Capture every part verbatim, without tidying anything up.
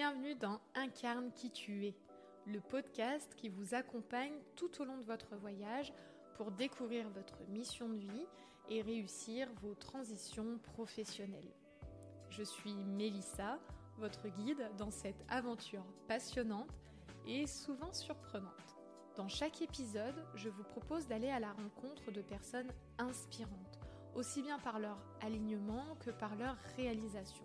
bienvenue dans Incarne qui tu es, le podcast qui vous accompagne tout au long de votre voyage pour découvrir votre mission de vie et réussir vos transitions professionnelles. Je suis Mélissa, votre guide dans cette aventure passionnante et souvent surprenante. Dans chaque épisode, je vous propose d'aller à la rencontre de personnes inspirantes, aussi bien par leur alignement que par leur réalisation.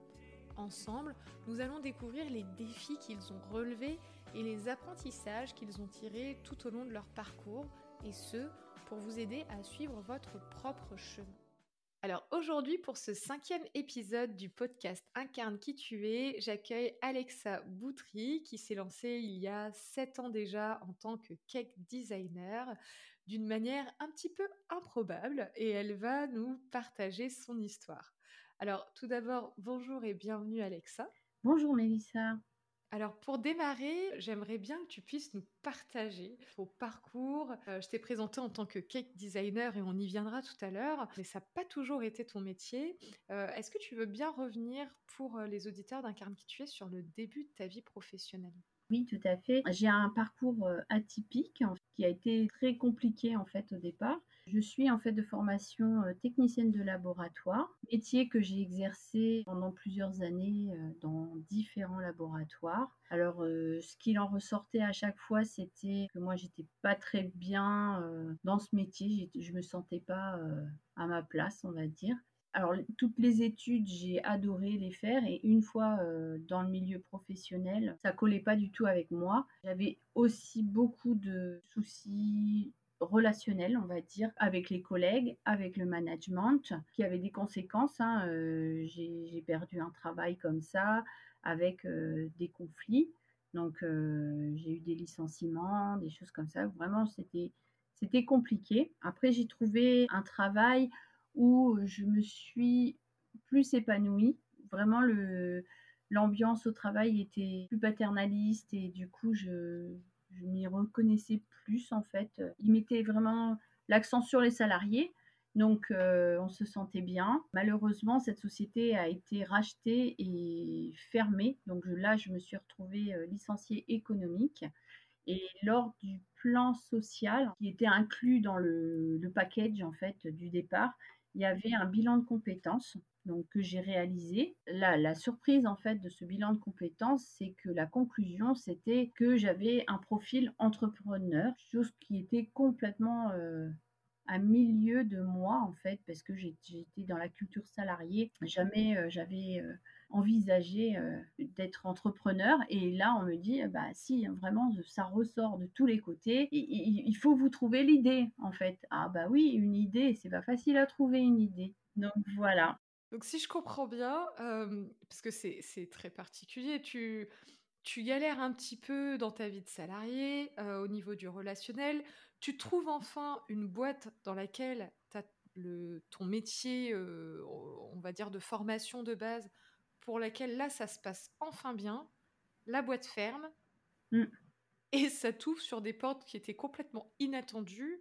Ensemble, nous allons découvrir les défis qu'ils ont relevés et les apprentissages qu'ils ont tirés tout au long de leur parcours, et ce, pour vous aider à suivre votre propre chemin. Alors aujourd'hui, pour ce cinquième épisode du podcast Incarne qui tu es, j'accueille Alexa Boutry qui s'est lancée il y a sept ans déjà en tant que cake designer d'une manière un petit peu improbable et elle va nous partager son histoire. Alors tout d'abord, bonjour et bienvenue Alexa. Bonjour Mélissa. Alors pour démarrer, j'aimerais bien que tu puisses nous partager ton parcours. Euh, je t'ai présenté en tant que cake designer et on y viendra tout à l'heure, mais ça n'a pas toujours été ton métier. Euh, est-ce que tu veux bien revenir pour euh, les auditeurs d'Incarne qui tu es sur le début de ta vie professionnelle ? Oui, tout à fait. J'ai un parcours euh, atypique en fait, qui a été très compliqué en fait au départ. Je suis en fait de formation euh, technicienne de laboratoire, métier que j'ai exercé pendant plusieurs années euh, dans différents laboratoires. Alors, euh, ce qu'il en ressortait à chaque fois, c'était que moi, j'étais pas très bien euh, dans ce métier. J'étais- Je me sentais pas euh, à ma place, on va dire. Alors, toutes les études, j'ai adoré les faire et une fois euh, dans le milieu professionnel, ça collait pas du tout avec moi. J'avais aussi beaucoup de soucis relationnels, on va dire, avec les collègues, avec le management, qui avaient des conséquences. hein. Euh, j'ai, j'ai perdu un travail comme ça, avec euh, des conflits. Donc, euh, j'ai eu des licenciements, des choses comme ça. Vraiment, c'était, c'était compliqué. Après, j'ai trouvé un travail où je me suis plus épanouie. Vraiment, le, l'ambiance au travail était plus paternaliste et du coup, je, je m'y reconnaissais plus en fait. Il mettait vraiment l'accent sur les salariés. Donc, euh, on se sentait bien. Malheureusement, cette société a été rachetée et fermée. Donc là, je me suis retrouvée euh, licenciée économique. Et lors du plan social qui était inclus dans le, le package en fait du départ, il y avait un bilan de compétences donc que j'ai réalisé. La, la surprise en fait de ce bilan de compétences, c'est que la conclusion c'était que j'avais un profil entrepreneur, chose qui était complètement euh, à milieu de moi en fait parce que j'ai- j'étais dans la culture salariée. Jamais euh, j'avais euh, envisagé euh, d'être entrepreneur et là on me dit euh, bah si vraiment ça ressort de tous les côtés. Il, il- il faut vous trouver l'idée en fait. Ah bah oui, une idée, c'est pas facile à trouver une idée. Donc voilà. Donc si je comprends bien, euh, parce que c'est, c'est très particulier, tu, tu galères un petit peu dans ta vie de salarié, euh, au niveau du relationnel, tu trouves enfin une boîte dans laquelle tu as le, ton métier, euh, on va dire de formation de base, pour laquelle là ça se passe enfin bien, la boîte ferme, Mm. et ça t'ouvre sur des portes qui étaient complètement inattendues,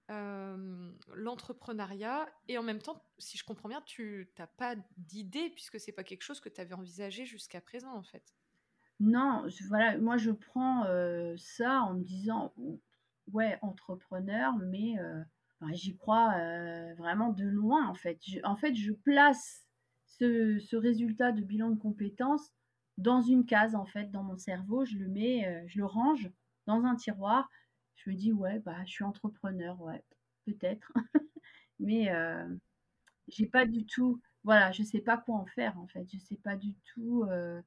euh, l'entrepreneuriat, et en même temps, si je comprends bien, tu n'as pas d'idée, puisque c'est pas quelque chose que tu avais envisagé jusqu'à présent, en fait. Non, je- voilà, moi je prends euh, ça en me disant ouais, entrepreneur, mais euh, enfin, j'y crois euh, vraiment de loin en fait. Je- en fait, je place ce, ce résultat de bilan de compétences dans une case en fait, dans mon cerveau. Je le mets, euh, je le range dans un tiroir. Je me dis ouais, bah je suis entrepreneur, ouais, peut-être, mais euh, j'ai pas du tout, voilà, je sais pas quoi en faire en fait. Je sais pas du tout. euh,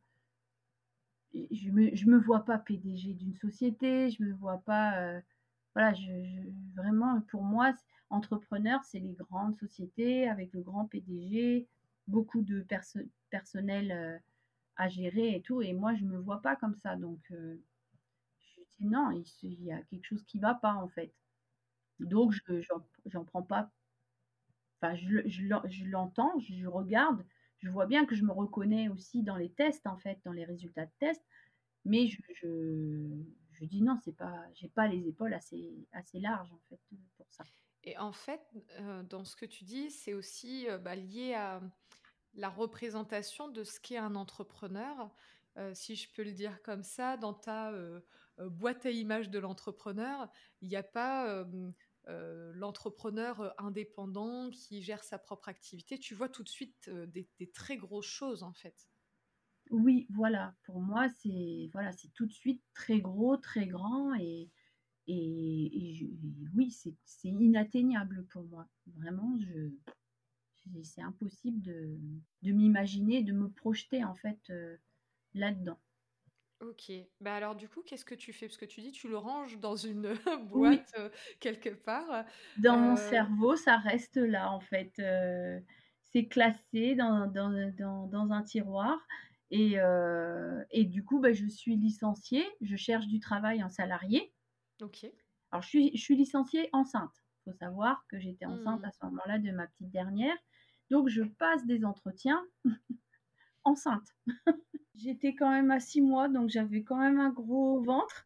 je me, je me vois pas P D G d'une société, je me vois pas, euh, voilà, je, je- vraiment pour moi, c- entrepreneur, c'est les grandes sociétés avec le grand P D G, beaucoup de perso- personnel euh, à gérer et tout, et moi je me vois pas comme ça, donc euh, je dis non, il, se- il y a quelque chose qui va pas en fait, donc je j'en, j'en prends pas, enfin je, le- je l'en- je l'entends, je regarde, je vois bien que je me reconnais aussi dans les tests en fait, dans les résultats de tests. Mais je, je, je dis non, c'est pas, j'ai pas les épaules assez, assez larges en fait pour ça. Et en fait, euh, dans ce que tu dis, c'est aussi euh, bah, lié à la représentation de ce qu'est un entrepreneur. heu, si je peux le dire comme ça, dans ta, heu heu, boîte à images de l'entrepreneur, il y a pas, hem, heu, l'entrepreneur, heu, indépendant qui gère sa propre activité. Tu vois tout de suite, heu, des des très grosses choses, en fait. Oui, voilà, pour moi, c'est voilà, c'est tout de suite très gros, très grand et et et je et oui, c'est c'est inatteignable pour moi. Vraiment, je c'est c'est impossible de de m'imaginer, de me projeter, en fait, heu, là-dedans. OK. Bah, alors du coup, qu'est-ce que tu fais? Parce que tu dis tu le ranges dans une Oui, boîte, heu, quelque part. dans mon Heu, cerveau, ça reste là, en fait, heu, c'est classé dans dans dans dans un tiroir et heu et du coup, bah, je suis licenciée, je cherche du travail en salarié. OK. Alors je suis je suis licenciée enceinte. Il faut savoir que j'étais enceinte Mmh. à ce moment-là de ma petite dernière, donc je passe des entretiens enceinte. J'étais quand même à six mois, donc j'avais quand même un gros ventre.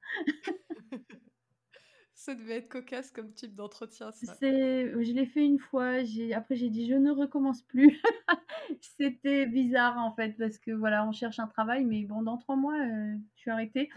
Ça devait être cocasse comme type d'entretien, ça. C'est je l'ai fait une fois, j'ai après j'ai dit: «Je ne recommence plus». C'était bizarre en fait parce que voilà, on cherche un travail, mais bon dans trois mois, heu, je suis arrêtée.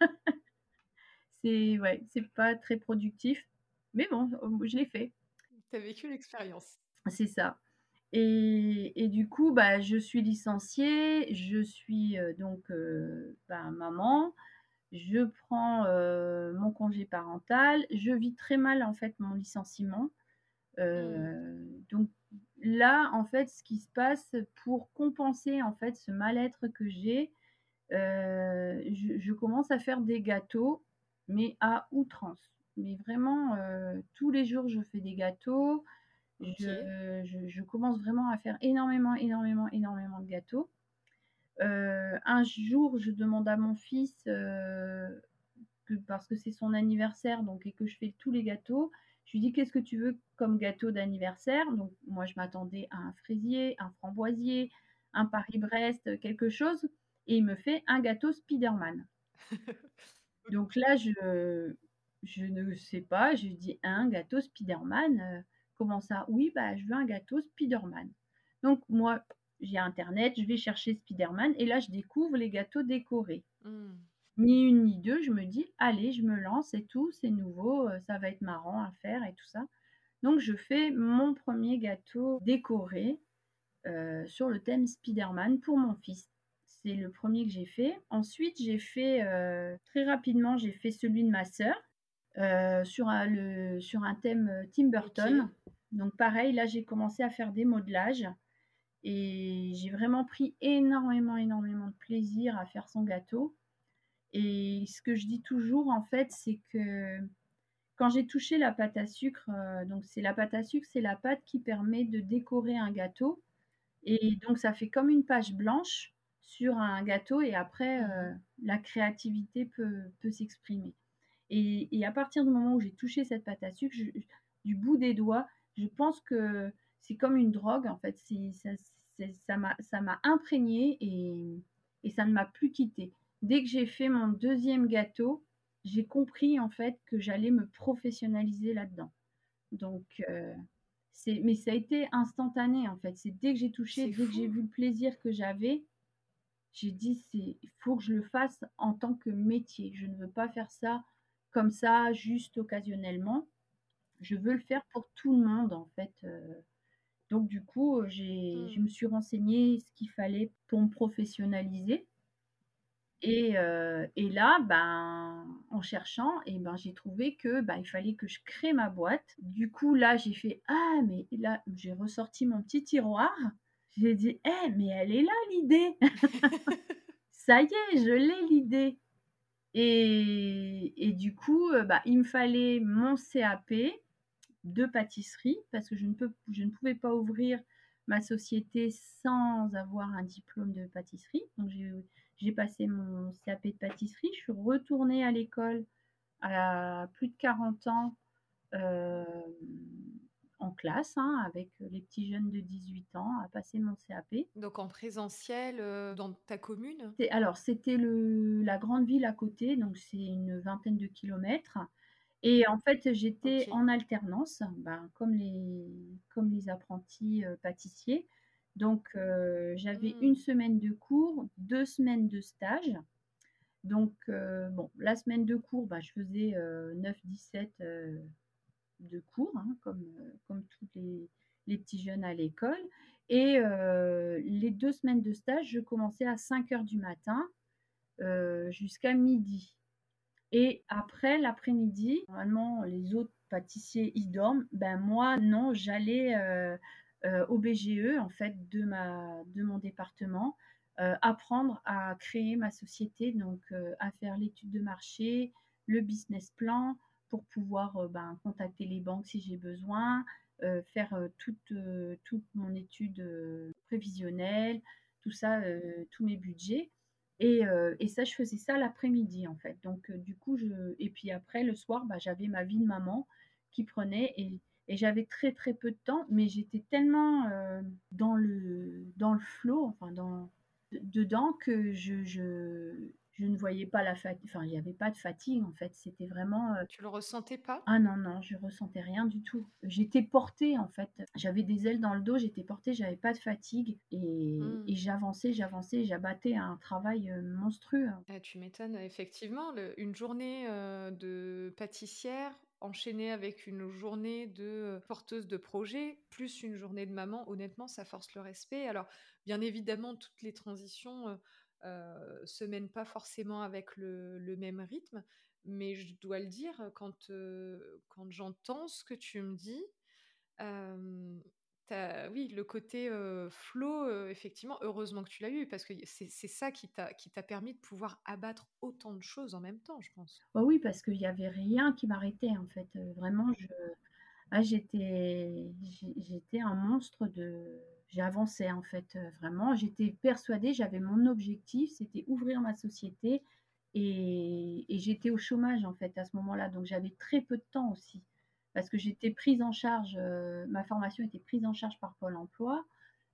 C'est ouais, c'est pas très productif, mais bon, heu, je l'ai fait. Tu as vécu l'expérience. C'est ça. Et et du coup, bah, je suis licenciée, je suis, heu, donc heu, bah, maman. Je prends, heu, mon congé parental. Je vis très mal, en fait, mon licenciement. Mmh. Heu, donc là, en fait, ce qui se passe pour compenser, en fait, ce mal-être que j'ai, heu, je je commence à faire des gâteaux, mais à outrance. Mais vraiment, heu, tous les jours, je fais des gâteaux. OK. Je je je commence vraiment à faire énormément, énormément, énormément de gâteaux. Heu, un jour, je demande à mon fils, heu, que parce que c'est son anniversaire donc et que je fais tous les gâteaux, je lui dis: «Qu'est-ce que tu veux comme gâteau d'anniversaire?» Donc moi, je m'attendais à un fraisier, un framboisier, un Paris-Brest, quelque chose et il me fait un gâteau Spiderman. Donc là, je je ne sais pas, je lui dis: «Un gâteau Spiderman, heu, comment ça?» «Oui, bah, je veux un gâteau Spiderman». Donc moi, j'ai internet, je vais chercher Spiderman et là, je découvre les gâteaux décorés. Mmh. Ni une ni deux, je me dis: «Allez, je me lance et tout, c'est nouveau, heu, ça va être marrant à faire et tout ça». Donc je fais mon premier gâteau décoré, heu, sur le thème Spiderman pour mon fils. C'est le premier que j'ai fait. Ensuite, j'ai fait, heu, très rapidement, j'ai fait celui de ma sœur, heu, sur un le sur un thème, heu, Tim Burton. OK. Donc pareil, là, j'ai commencé à faire des modelages et j'ai vraiment pris énormément, énormément de plaisir à faire son gâteau et ce que je dis toujours, en fait, c'est que quand j'ai touché la pâte à sucre, heu, donc c'est la pâte à sucre, c'est la pâte qui permet de décorer un gâteau et donc ça fait comme une page blanche sur un gâteau et après, Mmh. heu, la créativité peut peut s'exprimer et et à partir du moment où j'ai touché cette pâte à sucre, je je du bout des doigts, je pense que c'est comme une drogue en fait, c'est ça c'est ça m'a ça m'a imprégnée et et ça ne m'a plus quittée. Dès que j'ai fait mon deuxième gâteau, j'ai compris en fait que j'allais me professionnaliser là-dedans. Donc heu, c'est mais ça a été instantané en fait. C'est dès que j'ai touché, C'est dès que j'ai fou! vu le plaisir que j'avais, j'ai dit: «C'est il faut que je le fasse en tant que métier. Je ne veux pas faire ça comme ça, juste occasionnellement. Je veux le faire pour tout le monde, en fait», heu, donc du coup, heu, j'ai je Mmh. me suis renseignée ce qu'il fallait pour me professionnaliser et heu et là, ben, en cherchant et ben, j'ai trouvé que, bah, il fallait que je crée ma boîte. Du coup, là, j'ai fait: «Ah mais» là, j'ai ressorti mon petit tiroir. J'ai dit: «Eh mais elle est là l'idée! Ça y est, je l'ai l'idée!» Et et du coup, heu, bah, il me fallait mon C A P de pâtisserie parce que je ne peux je ne pouvais pas ouvrir ma société sans avoir un diplôme de pâtisserie. Donc j'ai j'ai passé mon C A P de pâtisserie. Je suis retournée à l'école à plus de quarante ans, hem, en classe, hein, avec les petits jeunes de dix-huit ans à passer mon C A P. Donc en présentiel, heu, dans ta commune? C'est alors c'était le la grande ville à côté, donc c'est une vingtaine de kilomètres et en fait, j'étais OK. en alternance, ben, comme les comme les apprentis, heu, pâtissiers. Donc heu, j'avais une Mmh. semaine de cours, deux semaines de stage. Donc heu, bon, la semaine de cours, bah, je faisais, heu, neuf dix-sept, heu, de cours, hein, comme, heu, comme tous les les petits jeunes à l'école et heu, les deux semaines de stage, je commençais à cinq heures du matin, heu, jusqu'à midi. Et après l'après-midi, normalement les autres pâtissiers, ils dorment, ben moi non, j'allais, heu heu, au B G E en fait de ma de mon département, heu, apprendre à créer ma société donc heu, à faire l'étude de marché, le business plan pour pouvoir, heu, ben, contacter les banques si j'ai besoin, heu, faire, heu, toute, heu, toute mon étude, heu, prévisionnelle, tout ça, heu, tous mes budgets et heu et ça, je faisais ça l'après-midi, en fait. Donc heu, du coup, je et puis après le soir, bah, j'avais ma vie de maman qui prenait et et j'avais très, très peu de temps, mais j'étais tellement, heu, dans le dans le flow, enfin dans de dedans que je je je ne voyais pas la fat enfin, il y avait pas de fatigue, en fait. C'était vraiment, heu Tu le ressentais pas? ah non, non, je ressentais rien du tout. J'étais portée, en fait. J'avais des ailes dans le dos, j'étais portée, j'avais pas de fatigue et et Mmh. j'avançais, j'avançais, j'abattais un travail, heu, monstrueux. Ah, tu m'étonnes, effectivement, le une journée, heu, de pâtissière enchaînée avec une journée de, heu, porteuse de projet, plus une journée de maman, honnêtement, ça force le respect. Alors, bien évidemment, toutes les transitions, heu heu, se mènent pas forcément avec le le même rythme, mais je dois le dire, quand, heu, quand j'entends ce que tu me dis, Hem, tu oui, le côté, heu, flow, heu, effectivement, heureusement que tu l'as eu parce que y c'est c'est ça qui t'a qui t'a permis de pouvoir abattre autant de choses en même temps, je pense. Bah, oui, parce qu'il y avait rien qui m'arrêtait, en fait, heu, vraiment je ah j'étais j'ai j'étais un monstre de j'avançais, en fait, heu, vraiment. J'étais persuadée, j'avais mon objectif, c'était ouvrir ma société et et j'étais au chômage, en fait, à ce moment-là, donc j'avais très peu de temps aussi. Parce que j'étais prise en charge, heu, ma formation était prise en charge par Pôle emploi,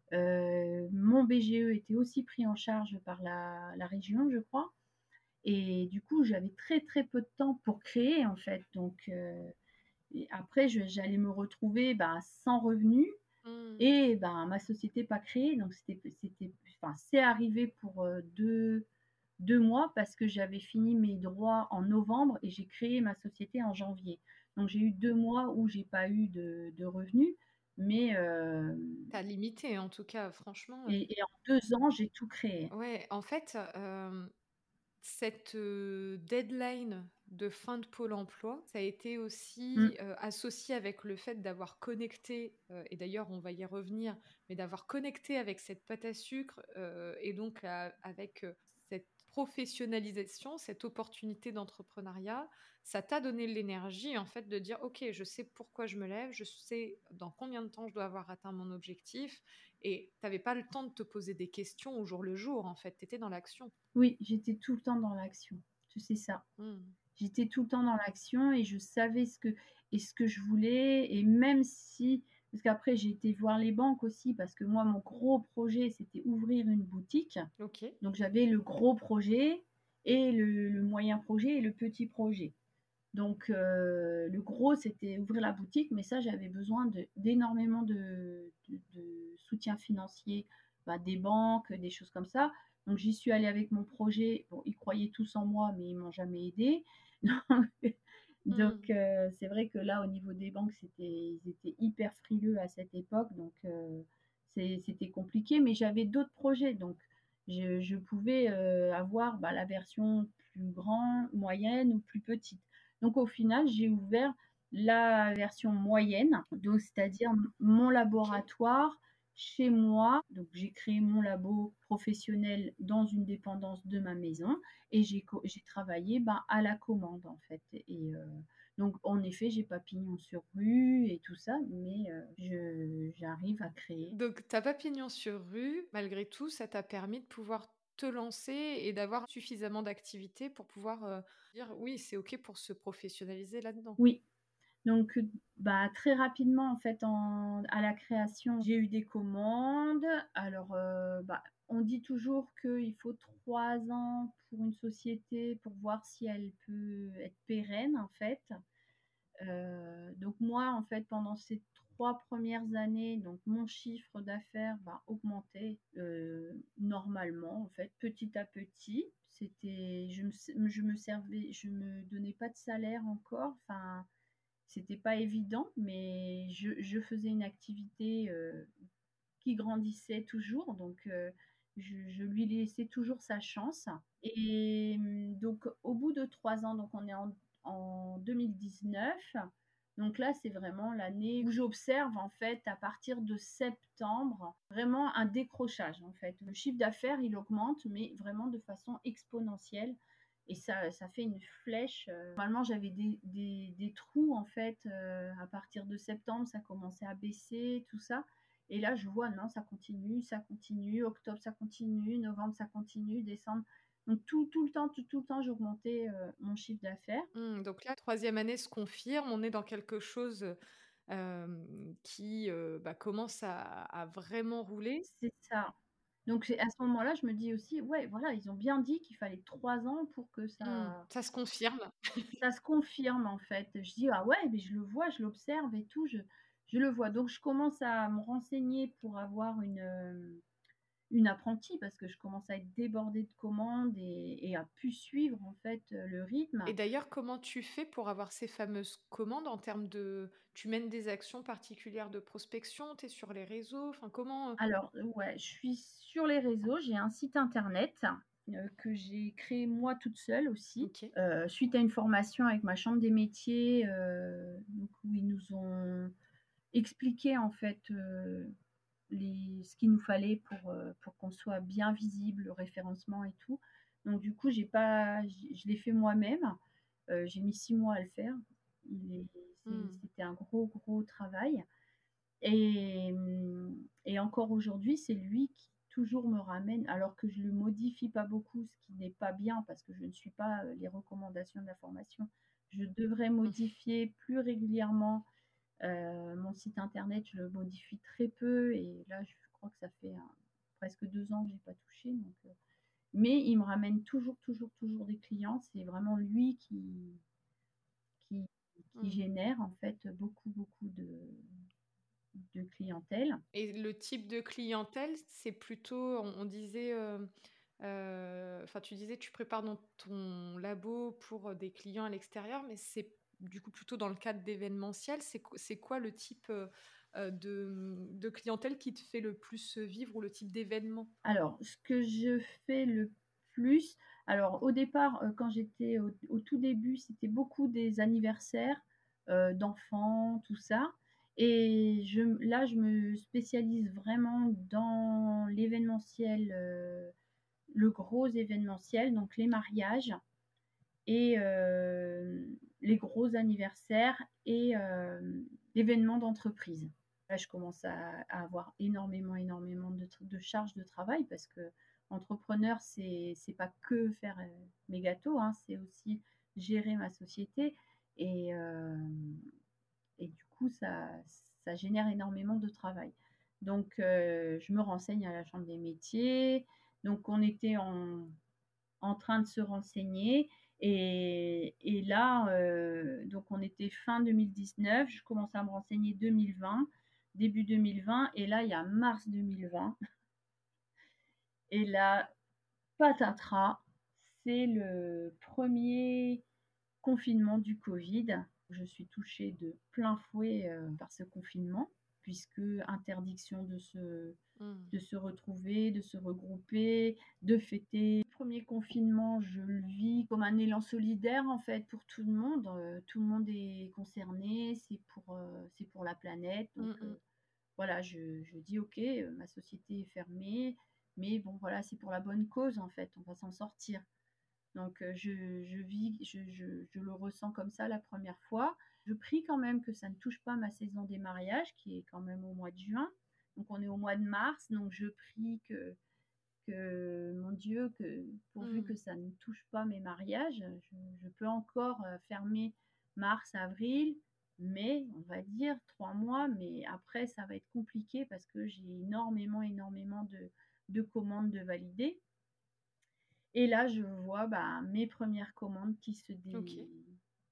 heu, mon B G E était aussi pris en charge par la la région, je crois et du coup, j'avais très, très peu de temps pour créer, en fait, donc heu et après je j'allais me retrouver, bah, sans revenu Mmh. et ben, ma société pas créée donc c'était c'était enfin, c'est arrivé pour, heu, deux 2 mois parce que j'avais fini mes droits en novembre et j'ai créé ma société en janvier. Donc j'ai eu deux mois où j'ai pas eu de de revenus, mais hem Tu limité en tout cas, franchement, et et en deux ans, j'ai tout créé. ouais, en fait, hem, cette, heu, deadline de fin de Pôle emploi, ça a été Mmh, aussi, heu, associé avec le fait d'avoir connecté, heu et d'ailleurs on va y revenir, mais d'avoir connecté avec cette pâte à sucre, heu et donc a avec, heu, cette professionnalisation, cette opportunité d'entrepreneuriat, ça t'a donné l'énergie en fait de dire: «OK, je sais pourquoi je me lève, je sais dans combien de temps je dois avoir atteint mon objectif» et tu avais pas le temps de te poser des questions au jour le jour en fait, tu étais dans l'action. oui, j'étais tout le temps dans l'action. C'est ça. Mmh. J'étais tout le temps dans l'action et je savais ce que et ce que je voulais et même si parce qu'après j'ai été voir les banques aussi parce que moi mon gros projet c'était ouvrir une boutique. OK. Donc j'avais le gros projet et le le moyen projet et le petit projet. Donc heu, le gros c'était ouvrir la boutique, mais ça j'avais besoin de d'énormément de de de soutien financier, bah, des banques, des choses comme ça. Donc j'y suis allée avec mon projet. Bon, ils croyaient tous en moi, mais ils m'ont jamais aidée. Donc Mmh. heu, c'est vrai que là, au niveau des banques, c'était ils étaient hyper frileux à cette époque, donc heu, c'est c'était compliqué, mais j'avais d'autres projets, donc je je pouvais, heu, avoir, bah, la version plus grand, moyenne ou plus petite. Donc au final, j'ai ouvert la version moyenne, donc c'est-à-dire m mon OK. laboratoire chez moi. Donc j'ai créé mon labo professionnel dans une dépendance de ma maison et j'ai co j'ai travaillé, ben, à la commande, en fait et heu, donc en effet, j'ai pas pignon sur rue et tout ça, mais heu, je j'arrive à créer. Donc tu pas pignon sur rue, malgré tout, ça t'a permis de pouvoir te lancer et d'avoir suffisamment d'activités pour pouvoir, heu, dire: «Oui, c'est OK pour se professionnaliser là-dedans». Oui. Donc, heu, bah, très rapidement, en fait, en à la création, j'ai eu des commandes. Alors, heu, bah, on dit toujours qu'il faut trois ans pour une société pour voir si elle peut être pérenne, en fait. Heu, donc moi, en fait, pendant ces trois premières années, donc mon chiffre d'affaires va augmenter, heu, normalement, en fait, petit à petit. C'était je me s je me servais je me donnais pas de salaire encore, enfin, c'était pas évident, mais je je faisais une activité, heu, qui grandissait toujours, donc heu, je je lui laissais toujours sa chance et mmh, donc au bout de trois ans, donc on est en en deux mille dix-neuf, donc là, c'est vraiment l'année où j'observe, en fait, à partir de septembre, vraiment un décrochage, en fait. Le chiffre d'affaires, il augmente, mais vraiment de façon exponentielle et ça ça fait une flèche, heu, normalement, j'avais des des des trous, en fait, heu, à partir de septembre, ça commençait à baisser, tout ça et là, je vois, non, ça continue, ça continue, octobre, ça continue, novembre, ça continue, décembre. Donc tout tout le temps, tout tout le temps, j'augmentais, heu, mon chiffre d'affaires. Mmh, donc là, troisième année se confirme, on est dans quelque chose, heu, hem, qui, heu, bah, commence à à vraiment rouler. C'est ça. Donc c'est à ce moment-là, je me dis aussi: «Ouais, voilà, ils ont bien dit qu'il fallait trois ans pour que Mmh, ça ça se confirme. ça se confirme, en fait». Je dis: «Ah ouais, mais je le vois, je l'observe et tout, je je le vois». Donc je commence à me renseigner pour avoir une, hem Une apprentie parce que je commence à être débordée de commandes et et à plus suivre en fait, heu, le rythme. Et d'ailleurs, comment tu fais pour avoir ces fameuses commandes en termes de tu mènes des actions particulières de prospection? Tu es sur les réseaux? Enfin, comment, heu? Alors, heu, ouais, je suis sur les réseaux, j'ai un site internet, heu, que j'ai créé moi toute seule aussi, OK. heu, suite à une formation avec ma chambre des métiers, heu, donc où ils nous ont expliqué en fait, heu, les ce qu'il nous fallait pour, heu, pour qu'on soit bien visible, le référencement et tout. Donc du coup, j'ai pas j je l'ai fait moi-même, heu, j'ai mis six mois à le faire. Il est c'est Mmh. c'était un gros, gros travail et mmh et encore aujourd'hui, c'est lui qui toujours me ramène alors que je le modifie pas beaucoup, ce qui n'est pas bien parce que je ne suis pas, heu, les recommandations de la formation. Je devrais Mmh. modifier plus régulièrement. Heu, mon site internet, je le modifie très peu et là, je crois que ça fait un presque deux ans que j'ai pas touché donc heu, mais il me ramène toujours, toujours, toujours des clients. C'est vraiment lui qui qui qui Mmh. génère en fait beaucoup, beaucoup de de clientèle. Et le type de clientèle, c'est plutôt on on disait, hem, heu, enfin, tu disais, tu prépares dans ton labo pour, heu, des clients à l'extérieur, mais c'est du coup plutôt dans le cadre d'événementiel. C'est q c'est quoi le type, heu heu, de, mmh, de clientèle qui te fait le plus, heu, vivre ou le type d'événement? Alors, ce que je fais le plus alors au départ, heu, quand j'étais au au tout début, c'était beaucoup des anniversaires, heu, d'enfants, tout ça et je m là, je me spécialise vraiment dans l'événementiel, heu, le gros événementiel, donc les mariages et hem, les gros anniversaires et hem, l'événement d'entreprise. Là, je commence à à avoir énormément, énormément de tr de charges de travail parce qu'entrepreneur, c'est c'est pas que faire, heu, mes gâteaux, hein, c'est aussi gérer ma société et hem et du coup, ça ça génère énormément de travail. Donc heu, je me renseigne à la chambre des métiers, donc on était en en train de se renseigner et et là, heu, donc on était fin deux mille dix-neuf, je commence à me renseigner deux mille vingt, début deux mille vingt et là, il y a mars deux mille vingt et là, patatras, c'est le premier confinement du Covid. Je suis touchée de plein fouet, heu, par ce confinement puisque interdiction de se Mmh. de se retrouver, de se regrouper, de fêter. Le premier confinement, je le vis comme un élan solidaire, en fait, pour tout le monde, heu, tout le monde est concerné, c'est pour, heu, c'est pour la planète donc Mmh mh. heu, voilà, je je dis: «OK, heu, ma société est fermée, mais bon, voilà, c'est pour la bonne cause, en fait, on va s'en sortir». Donc heu, je je vis je je je le ressens comme ça la première fois. Je prie quand même que ça ne touche pas ma saison des mariages qui est quand même au mois de juin. Donc on est au mois de mars, donc je prie que que mon Dieu, que pourvu Mmh. que ça ne touche pas mes mariages. Je je peux encore, heu, fermer mars, avril, mai, on va dire trois mois, mais après ça va être compliqué parce que j'ai énormément, énormément de de commandes de valider. Et là, je vois, bah, mes premières commandes qui se dé OK.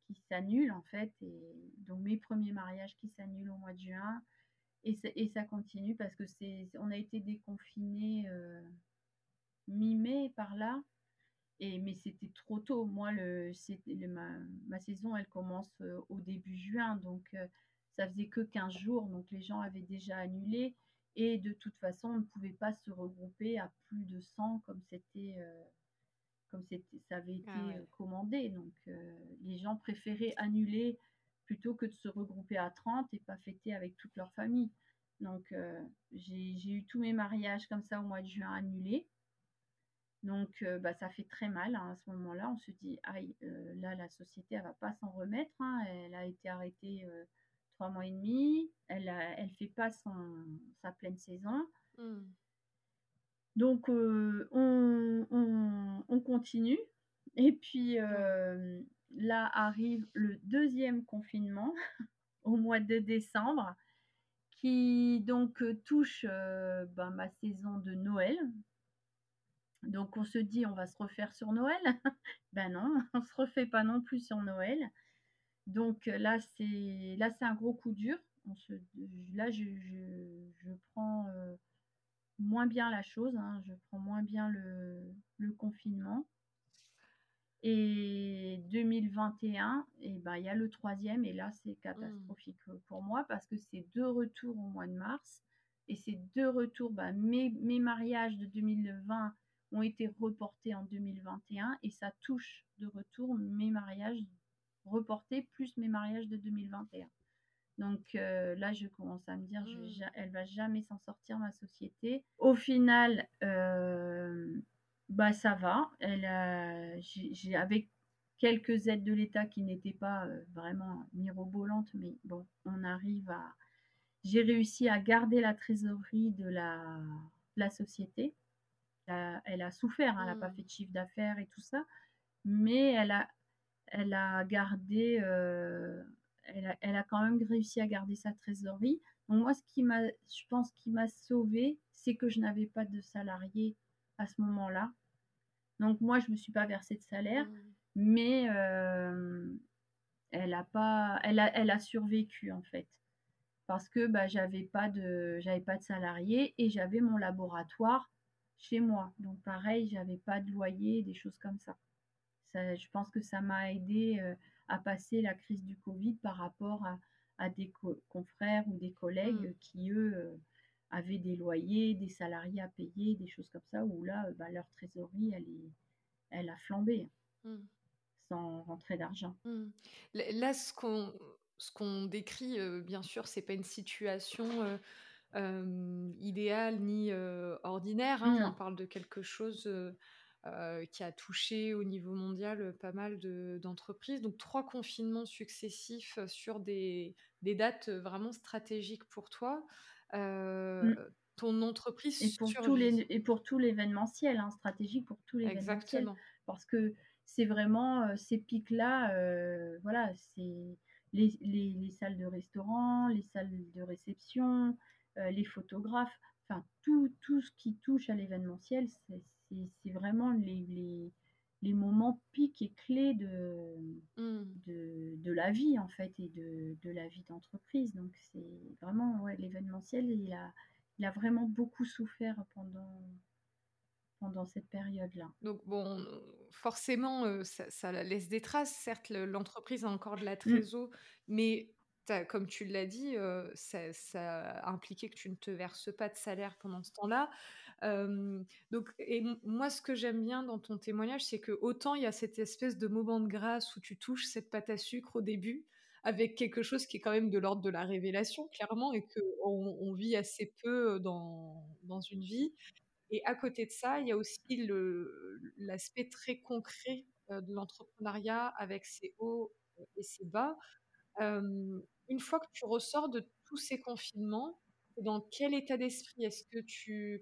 qui s'annulent en fait et donc mes premiers mariages qui s'annulent au mois de juin et c'est et ça continue parce que c'est on a été déconfinés, heu, mi-mai par là et mais c'était trop tôt. Moi le c'était le ma ma saison elle commence, heu, au début juin donc heu, ça faisait que quinze jours donc les gens avaient déjà annulé et de toute façon on ne pouvait pas se regrouper à plus de cent comme c'était, heu comme c'était ça avait Ah été, ouais. heu, commandé donc heu, les gens préféraient annuler plutôt que de se regrouper à trente et pas fêter avec toute leur famille. Donc heu, j'ai j'ai eu tous mes mariages comme ça au mois de juin annulés. Donc heu, bah, ça fait très mal, hein, à ce moment-là. On se dit: «Aïe, heu, là la société elle va pas s'en remettre, hein». Elle a été arrêtée, heu, trois mois et demi. Elle a elle fait pas son sa pleine saison. Mmh. Donc heu, on on on continue et puis, Ouais. hem, là arrive le deuxième confinement au mois de décembre qui donc, heu, touche, heu, ben, ma saison de Noël. Donc on se dit: «On va se refaire sur Noël». Ben non, on se refait pas non plus sur Noël. Donc heu, là c'est là c'est un gros coup dur. On se là je je je prends, heu, moins bien la chose, hein, je prends moins bien le le confinement. Et deux mille vingt et un et ben, il y a le troisième et là, c'est Mmh. catastrophique, heu, pour moi parce que c'est deux retours au mois de mars et ces deux retours, bah, mes mes mariages de deux mille vingt ont été reportés en deux mille vingt et un et ça touche de retour mes mariages reportés plus mes mariages de deux mille vingt et un. Donc heu, là, je commence à me dire: «Je vais Mmh. ja elle va jamais s'en sortir ma société». Au final, hem, bah, ça va. Elle a j'ai j'ai avec quelques aides de l'État qui n'étaient pas, heu, vraiment mirobolantes, mais bon, on arrive à j'ai réussi à garder la trésorerie de la de la société. Heu, elle a souffert, hein, elle a pas Mmh. fait de chiffre d'affaires et tout ça, mais elle a elle a gardé, heu, elle a elle a quand même réussi à garder sa trésorerie. Donc moi, ce qui m'a je pense qui m'a sauvée, c'est que je n'avais pas de salarié à ce moment-là. Donc moi, je me suis pas versé de salaire, Mmh. mais hem, elle a pas elle a elle a survécu, en fait. Parce que, bah, j'avais pas de j'avais pas de salarié et j'avais mon laboratoire chez moi. Donc pareil, j'avais pas de loyer, des choses comme ça. Ça je pense que ça m'a aidée, heu, à passer la crise du covid par rapport à à des co confrères ou des Mmh. collègues qui eux, heu, avaient des loyers, des salariés à payer, des choses comme ça où là, heu, bah, leur trésorerie elle est elle a flambé, Mmh. sans rentrée d'argent. Mmh. L là, ce qu'on ce qu'on décrit, heu, bien sûr, c'est pas une situation, heu, hem, idéale ni, heu, ordinaire, hein. On Non. parle de quelque chose, heu heu, qui a touché au niveau mondial, heu, pas mal de d'entreprises. Donc trois confinements successifs, heu, sur des des dates, heu, vraiment stratégiques pour toi. Heu, Mmh. ton entreprise Et pour tout survit. l'é et pour tout l'événementiel, hein, stratégique pour tout l'événementiel. Exactement. Parce que c'est vraiment, heu, ces pics-là, heu, voilà, c'est les les les salles de restaurant, les salles de réception, heu, les photographes, enfin tout tout ce qui touche à l'événementiel, c'est c'est c'est vraiment les les les moments pics et clés de Mmh. de de la vie, en fait et de de la vie d'entreprise. Donc c'est vraiment, ouais, l'événementiel, il a il a vraiment beaucoup souffert pendant pendant cette période-là. Donc bon, forcément, heu, ça ça laisse des traces. Certes, le l'entreprise a encore de la Mmh. trésor, mais tu comme tu l'as dit, heu, ça ça a impliqué que tu ne te verses pas de salaire pendant ce temps-là. Hem, donc et m moi, ce que j'aime bien dans ton témoignage, c'est que autant il y a cette espèce de moment de grâce où tu touches cette pâte à sucre au début, avec quelque chose qui est quand même de l'ordre de la révélation, clairement, et qu'on on vit assez peu, dans dans une vie. Et à côté de ça, il y a aussi le l'aspect très concret, heu, de l'entrepreneuriat avec ses hauts, heu, et ses bas. Hem, une fois que tu ressors de tous ces confinements, tu es dans quel état d'esprit? Est-ce que tu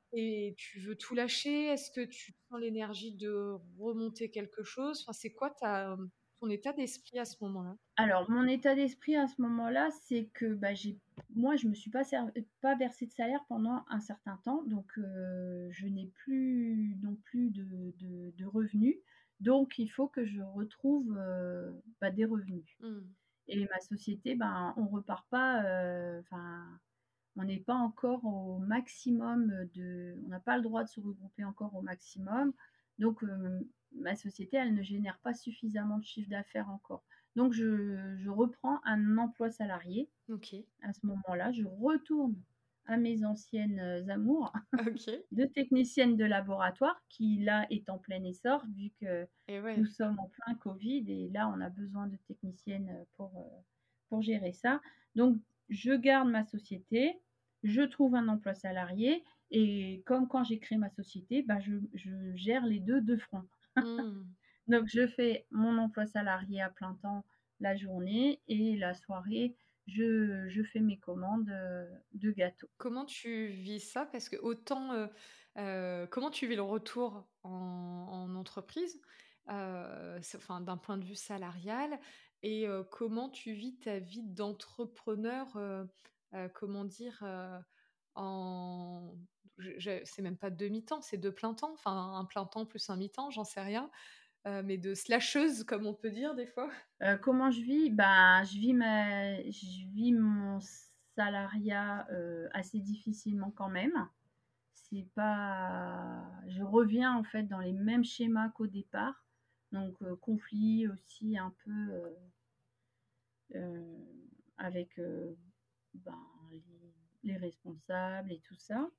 es tu veux tout lâcher? Est-ce que tu sens l'énergie de remonter quelque chose? Enfin, c'est quoi ta, ton état d'esprit à ce moment-là? Alors mon état d'esprit à ce moment-là, c'est que, bah, j'ai moi je me suis pas ser pas versé de salaire pendant un certain temps, donc heu, je n'ai plus non plus de de de revenus. Donc il faut que je retrouve, heu, bah, des revenus Mmh. et ma société, ben, on repart pas, heu, enfin, on n'est pas encore au maximum, de on n'a pas le droit de se regrouper encore au maximum. Donc heu, ma société, elle ne génère pas suffisamment de chiffre d'affaires encore. Donc je je reprends un emploi salarié OK. à ce moment-là. Je retourne à mes anciennes, heu, amours OK de technicienne de laboratoire qui là est en plein essor vu que et nous ouais. sommes en plein covid et là on a besoin de techniciennes, heu, pour, heu, pour gérer ça. Donc je garde ma société, je trouve un emploi salarié et comme quand j'ai créé ma société, bah, je je gère les deux de front. Mmh. Donc je fais mon emploi salarié à plein temps la journée et la soirée, je je fais mes commandes, heu, de gâteaux. Comment tu vis ça? Parce que autant, heu heu, comment tu vis le retour en en entreprise? Heu, c'est enfin, d'un point de vue salarial et heu, comment tu vis ta vie d'entrepreneur, heu heu, comment dire? Heu, en je je c'est même pas demi-temps, c'est de plein temps, enfin, un plein temps plus un mi-temps, j'en sais rien, heu, mais de slasheuse comme on peut dire des fois. Heu, comment je vis? Bah, je vis ma je vis mon salariat, heu, assez difficilement quand même. C'est pas je reviens en fait dans les mêmes schémas qu'au départ, donc heu, conflit aussi un peu, heu heu, avec, heu, ben, les les responsables et tout ça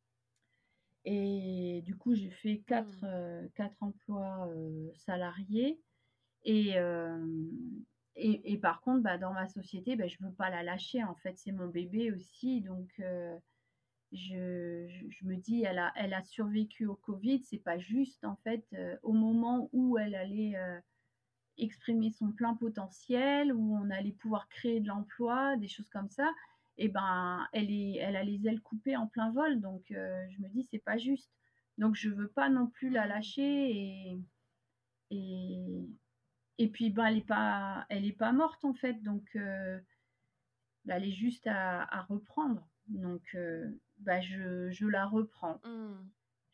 et du coup, j'ai fait quatre, Mmh. heu, quatre emplois, heu, salariés. Et hem et et par contre, bah, dans ma société, bah, je veux pas la lâcher, en fait, c'est mon bébé aussi donc heu, je je je me dis: «Elle a elle a survécu au covid, c'est pas juste, en fait, heu, au moment où elle allait, heu, exprimer son plein potentiel, où on allait pouvoir créer de l'emploi, des choses comme ça et ben, elle est elle a les ailes coupées en plein vol donc heu, je me dis: «C'est pas juste». Donc je veux pas non plus la Mmh. lâcher et et et puis, bah, elle est pas elle est pas morte, en fait, donc heu, bah, elle est juste à à reprendre. Donc heu, bah, je je la reprends. Mmh.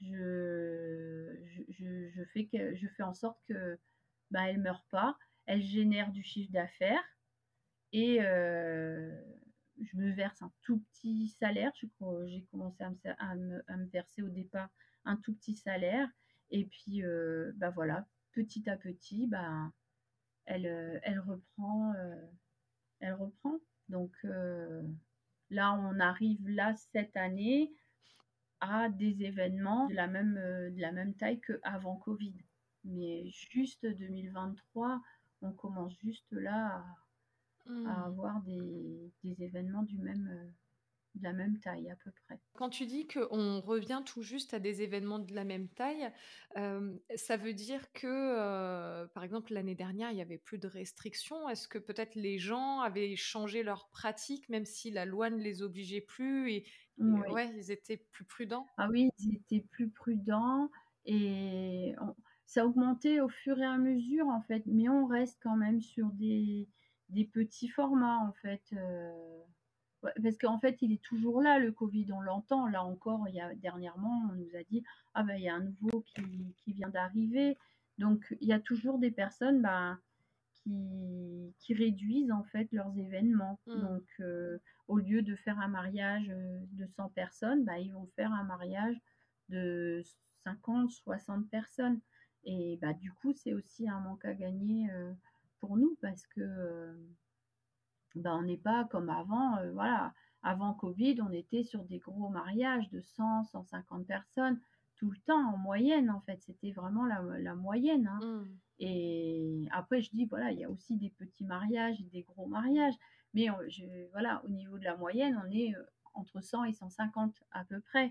Je je je je fais que je fais en sorte que, bah, elle meure pas. Elle génère du chiffre d'affaires et heu, je me verse un tout petit salaire. Je co j'ai commencé à me ser à me à me verser au départ un tout petit salaire et puis, heu, bah, voilà, petit à petit, bah elle, heu, elle reprend, heu, elle reprend. Donc heu, là, on arrive là, cette année, à des événements de la même, heu, de la même taille qu'avant covid. Mais juste deux mille vingt-trois, on commence juste là à à Mmh. avoir des des événements du même, heu, de la même taille à peu près. Quand tu dis qu'on revient tout juste à des événements de la même taille, hem, ça veut dire que, heu, par exemple, l'année dernière, il y avait plus de restrictions? Est-ce que peut-être les gens avaient changé leurs pratiques, même si la loi ne les obligeait plus et et Oui. ouais, ils étaient plus prudents? Ah oui, ils étaient plus prudents et on ça a augmenté au fur et à mesure, en fait, mais on reste quand même sur des des petits formats, en fait, heu, ouais, parce qu'en fait, il est toujours là, le covid, on l'entend. Là encore, il y a dernièrement, on nous a dit: «Ah bah, il y a un nouveau qui qui vient d'arriver». Donc il y a toujours des personnes, ben, qui qui réduisent, en fait, leurs événements. Mmh. Donc heu, au lieu de faire un mariage, heu, de cent personnes, bah, ils vont faire un mariage de cinquante, soixante personnes et bah, du coup, c'est aussi un manque à gagner, heu, pour nous parce que, heu, bah, on n'est pas comme avant, heu, voilà. Avant covid, on était sur des gros mariages de cent, cent cinquante personnes tout le temps en moyenne, en fait. C'était vraiment la la moyenne, hein. Mmh. Et après je dis voilà, il y a aussi des petits mariages et des gros mariages, mais heu, je voilà, au niveau de la moyenne, on est, heu, entre cent et cent cinquante à peu près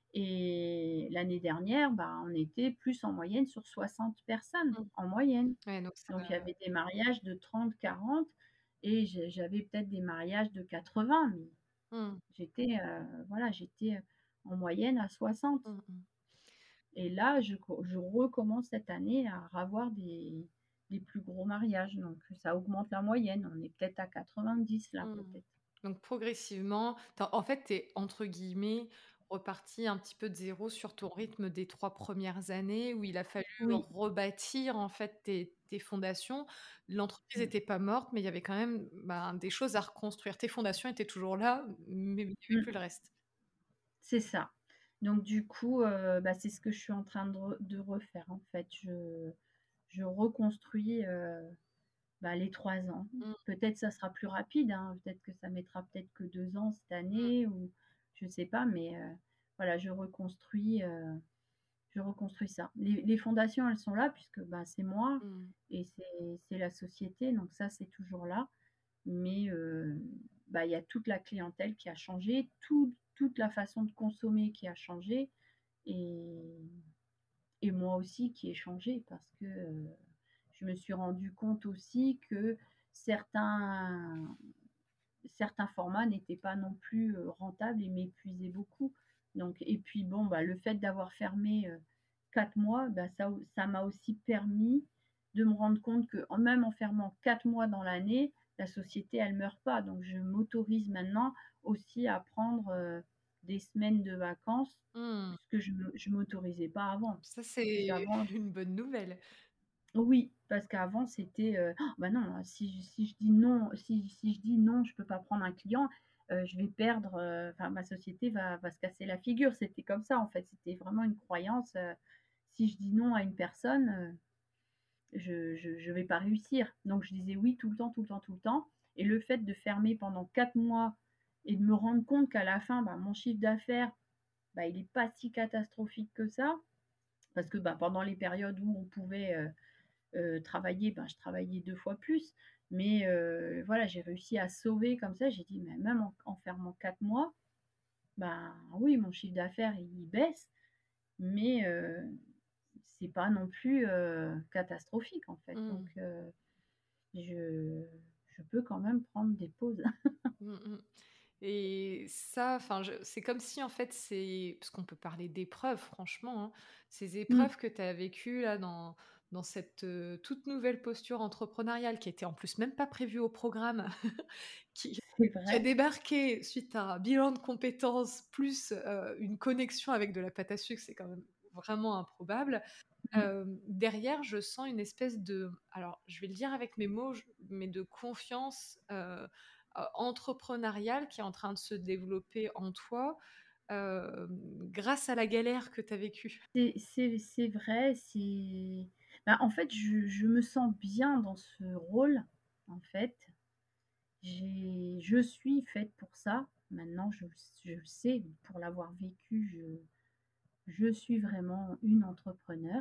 et l'année dernière, bah, on était plus en moyenne sur soixante personnes, Mmh. en moyenne. Ouais, donc ça Donc il y avait des mariages de trente, quarante et j'ai j'avais peut-être des mariages de quatre-vingts, mais mmh. j'étais, heu, voilà, j'étais, en moyenne à soixante. Mmh mh. Et là, je co je recommence cette année à avoir des des plus gros mariages, donc ça augmente la moyenne. On est peut-être à quatre-vingt-dix là, Mmh. peut-être. Donc progressivement, tu en fait, tu es entre guillemets reparti un petit peu de zéro sur ton rythme des trois premières années où il a fallu Oui. rebâtir, en fait, tes tes fondations. L'entreprise Mmh. était pas morte, mais il y avait quand même, ben, des choses à reconstruire. Tes fondations étaient toujours là, mais il y avait Mmh. plus le reste. C'est ça. Donc du coup, heu, bah, c'est ce que je suis en train de re de refaire, en fait. Je je reconstruis, heu, bah, les trois ans. Mmh, Peut-être ça sera plus rapide, hein, peut-être que ça mettra peut-être que deux ans cette mmh, année ou je sais pas, mais heu, voilà, je reconstruis, heu, je reconstruis ça. Les les fondations, elles sont là puisque, bah, c'est moi mmh. et c'est c'est la société, donc ça, c'est toujours là. Mais heu, bah, il y a toute la clientèle qui a changé, tout toute la façon de consommer qui a changé et et moi aussi qui ai changé parce que, heu, je me suis rendu compte aussi que certains certains formats n'étaient pas non plus, heu, rentables et m'épuisaient beaucoup. Donc et puis bon, bah, le fait d'avoir fermé, heu, quatre mois, bah, ça au ça m'a aussi permis de me rendre compte que en même en fermant quatre mois dans l'année, la société elle meurt pas. Donc je m'autorise maintenant aussi à prendre, heu, des semaines de vacances, Mmh. ce que je me je m'autorisais pas avant. Ça, c'est Puisqu'avant une bonne nouvelle. oui, parce qu'avant c'était, heu: «Oh bah non, hein, si j si je dis non si si je dis: "Non, je peux pas prendre un client", heu, je vais perdre, heu, enfin ma société va va se casser la figure». C'était comme ça en fait, c'était vraiment une croyance, heu, si je dis non à une personne, heu, je je je vais pas réussir. Donc je disais oui tout le temps, tout le temps, tout le temps et le fait de fermer pendant quatre mois et de me rendre compte qu'à la fin, bah, mon chiffre d'affaires, bah, il est pas si catastrophique que ça. Parce que, bah, pendant les périodes où on pouvait, heu heu, travailler, ben, je travaillais deux fois plus. Mais heu, voilà, j'ai réussi à sauver comme ça. J'ai dit: «Mais même en en fermant quatre mois, ben, oui, mon chiffre d'affaires, il baisse, mais heu, c'est pas non plus, heu, catastrophique, en fait». Donc Mmh. heu, je je peux quand même prendre des pauses. Mmh mh. Et ça, enfin, je c'est comme si, en fait, c'est parce qu'on peut parler d'épreuves, franchement, hein. Ces Mmh, épreuves que tu as vécues là dans dans cette, heu, toute nouvelle posture entrepreneuriale qui était en plus même pas prévue au programme, qui c'est qui a vrai. débarqué suite à un bilan de compétences plus, heu, une connexion avec de la pâte à sucre, c'est quand même vraiment improbable. Mmh. Hem, derrière, je sens une espèce de, alors je vais le dire avec mes mots, je mais de confiance, heu, heu, entrepreneuriale qui est en train de se développer en toi, hem, grâce à la galère que tu as vécue. C'est c'est c'est vrai, c'est bah, en fait, je je me sens bien dans ce rôle, en fait. J'ai je suis faite pour ça. Maintenant, je je le sais, pour l'avoir vécu, je je suis vraiment une entrepreneur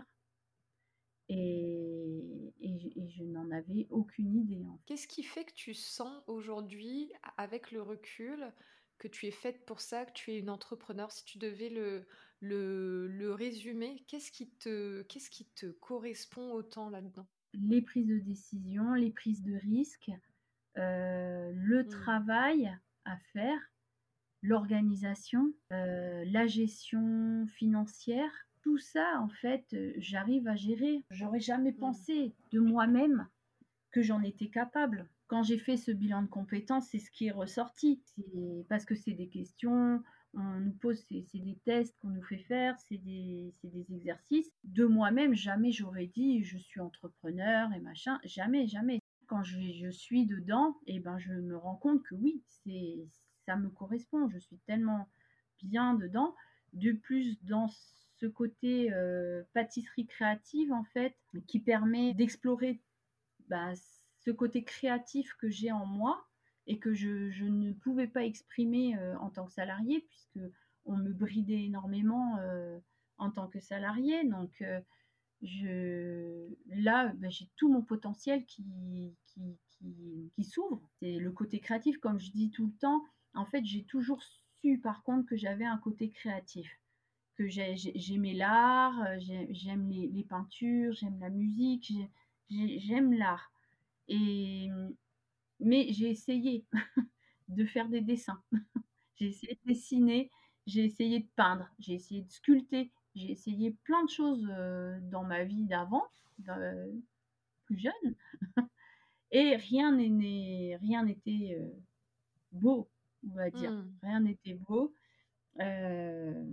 et et je et je n'en avais aucune idée, en fait. Qu'est-ce qui fait que tu sens aujourd'hui, a avec le recul, que tu es faite pour ça, que tu es une entrepreneur? Si tu devais le le le résumer, qu'est-ce qui te qu'est-ce qui te correspond autant là-dedans? Les prises de décision, les prises de risques, heu, le Mmh. travail à faire, l'organisation, heu, la gestion financière, tout ça, en fait, heu, j'arrive à gérer. J'aurais jamais Mmh. pensé de moi-même que j'en étais capable. Quand j'ai fait ce bilan de compétences, c'est ce qui est ressorti. C'est parce que c'est des questions, on nous pose c'est c'est des tests qu'on nous fait faire, c'est des c'est des exercices. De moi-même, jamais j'aurais dit: «Je suis entrepreneur et machin», jamais, jamais. Quand je je suis dedans et ben, je me rends compte que oui, c'est ça me correspond. Je suis tellement bien dedans. De plus, dans ce côté, heu, pâtisserie créative, en fait, qui permet d'explorer bah, ce côté créatif que j'ai en moi et que je je ne pouvais pas exprimer, heu, en tant que salariée puisque on me bridait énormément, heu, en tant que salariée donc heu, je là, bah, j'ai tout mon potentiel qui qui qui qui s'ouvre. C'est le côté créatif comme je dis tout le temps. En fait, j'ai toujours su par contre que j'avais un côté créatif, que j'ai j'ai j'aimais l'art, heu, j'ai j'aime les les peintures, j'aime la musique, j'ai j'ai j'aime l'art et mmh, mais j'ai essayé de faire des dessins. J'ai essayé de dessiner, j'ai essayé de peindre, j'ai essayé de sculpter, j'ai essayé plein de choses, heu, dans ma vie d'avant, de plus jeune et rien n'est n'est rien n'était, heu, beau, on va dire. Mmh. Rien n'était beau, heu